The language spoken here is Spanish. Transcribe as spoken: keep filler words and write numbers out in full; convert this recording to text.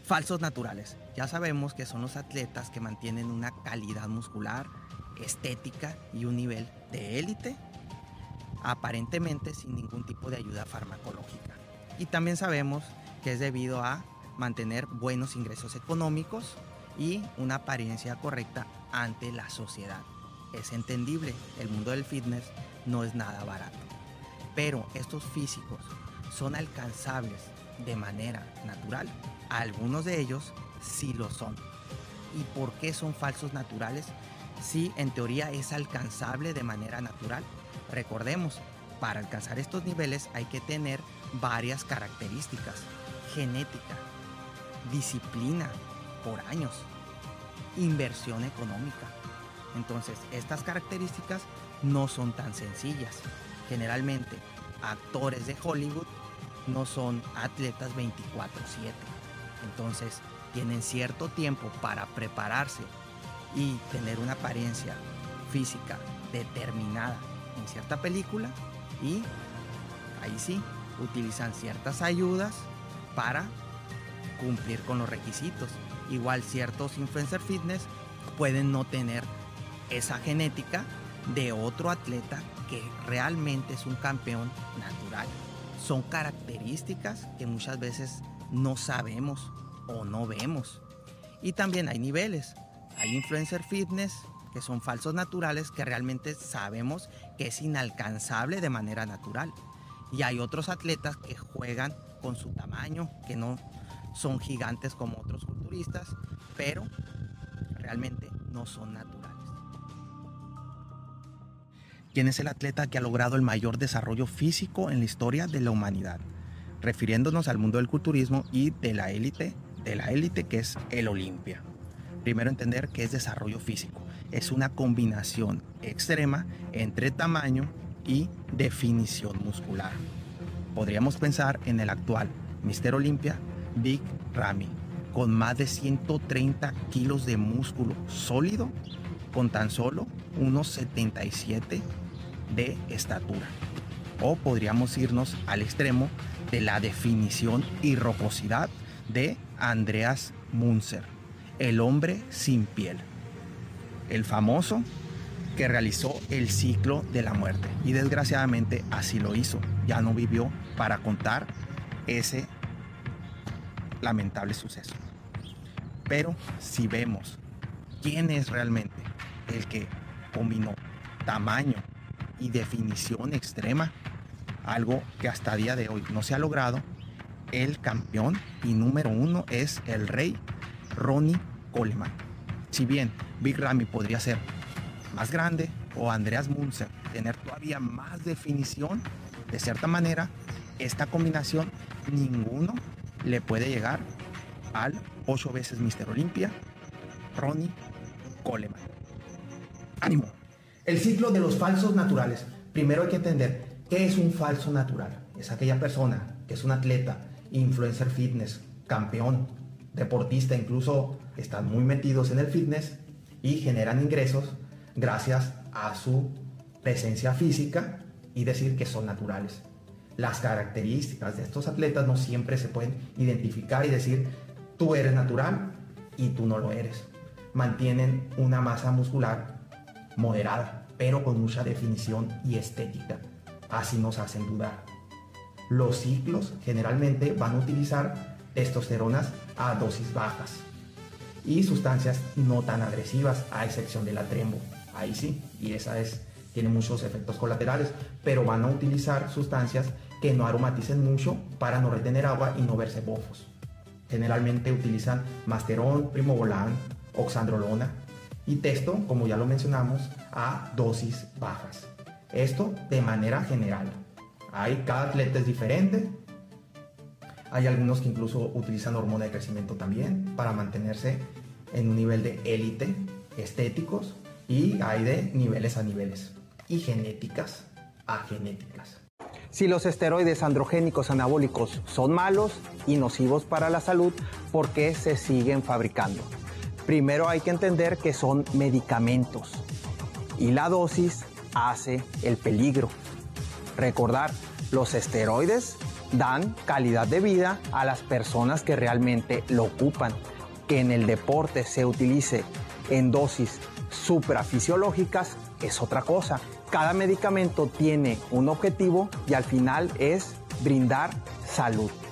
Falsos naturales. Ya sabemos que son los atletas que mantienen una calidad muscular, estética y un nivel de élite, aparentemente sin ningún tipo de ayuda farmacológica. Y también sabemos que es debido a mantener buenos ingresos económicos y una apariencia correcta ante la sociedad. Es entendible, el mundo del fitness no es nada barato, pero estos físicos son alcanzables de manera natural. Algunos de ellos sí lo son. ¿Y por qué son falsos naturales? Si en teoría es alcanzable de manera natural. Recordemos, para alcanzar estos niveles hay que tener varias características: genética, disciplina por años, inversión económica. Entonces, estas características no son tan sencillas. Generalmente, actores de Hollywood no son atletas veinticuatro siete. Entonces, tienen cierto tiempo para prepararse y tener una apariencia física determinada en cierta película, y ahí sí, utilizan ciertas ayudas para cumplir con los requisitos. Igual ciertos influencer fitness pueden no tener esa genética de otro atleta que realmente es un campeón natural. Son características que muchas veces no sabemos o no vemos. Y también hay niveles. Hay influencer fitness que son falsos naturales, que realmente sabemos que es inalcanzable de manera natural. Y hay otros atletas que juegan con su tamaño, que no son gigantes como otros culturistas, pero realmente no son naturales. ¿Quién es el atleta que ha logrado el mayor desarrollo físico en la historia de la humanidad? Refiriéndonos al mundo del culturismo y de la élite, de la élite que es el Olimpia. Primero, entender qué es desarrollo físico. Es una combinación extrema entre tamaño y definición muscular. Podríamos pensar en el actual míster Olympia, Big Ramy, con más de ciento treinta kilos de músculo sólido, con tan solo unos setenta y siete de estatura. O podríamos irnos al extremo de la definición y rocosidad de Andreas Munzer, el hombre sin piel, el famoso que realizó el ciclo de la muerte, y desgraciadamente así lo hizo. Ya no vivió para contar ese lamentable suceso. Pero si vemos quién es realmente el que combinó tamaño y definición extrema, algo que hasta día de hoy no se ha logrado, el campeón y número uno es el rey Ronnie Coleman. Si bien Big Ramy podría ser más grande, o Andreas Munzer tener todavía más definición, de cierta manera esta combinación ninguno le puede llegar al ocho veces míster Olympia, Ronnie Coleman. ¡Ánimo! El ciclo de los falsos naturales. Primero hay que entender qué es un falso natural. Es aquella persona que es un atleta, influencer fitness, campeón, deportista, incluso están muy metidos en el fitness y generan ingresos gracias a su presencia física, y decir que son naturales. Las características de estos atletas no siempre se pueden identificar y decir tú eres natural y tú no lo eres. Mantienen una masa muscular moderada, pero con mucha definición y estética. Así nos hacen dudar. Los ciclos generalmente van a utilizar testosteronas a dosis bajas y sustancias no tan agresivas, a excepción de la trembo. Ahí sí, y esa es, tiene muchos efectos colaterales, pero van a utilizar sustancias que no aromaticen mucho para no retener agua y no verse bofos. Generalmente utilizan masterón, primobolan, oxandrolona y testo, como ya lo mencionamos, a dosis bajas. Esto de manera general. Hay, cada atleta es diferente. Hay algunos que incluso utilizan hormona de crecimiento también para mantenerse en un nivel de élite, estéticos, y hay de niveles a niveles y genéticas a genéticas. Si los esteroides androgénicos anabólicos son malos y nocivos para la salud, ¿por qué se siguen fabricando? Primero hay que entender que son medicamentos y la dosis hace el peligro. Recordar, los esteroides dan calidad de vida a las personas que realmente lo ocupan. Que en el deporte se utilice en dosis suprafisiológicas es otra cosa. Cada medicamento tiene un objetivo y al final es brindar salud.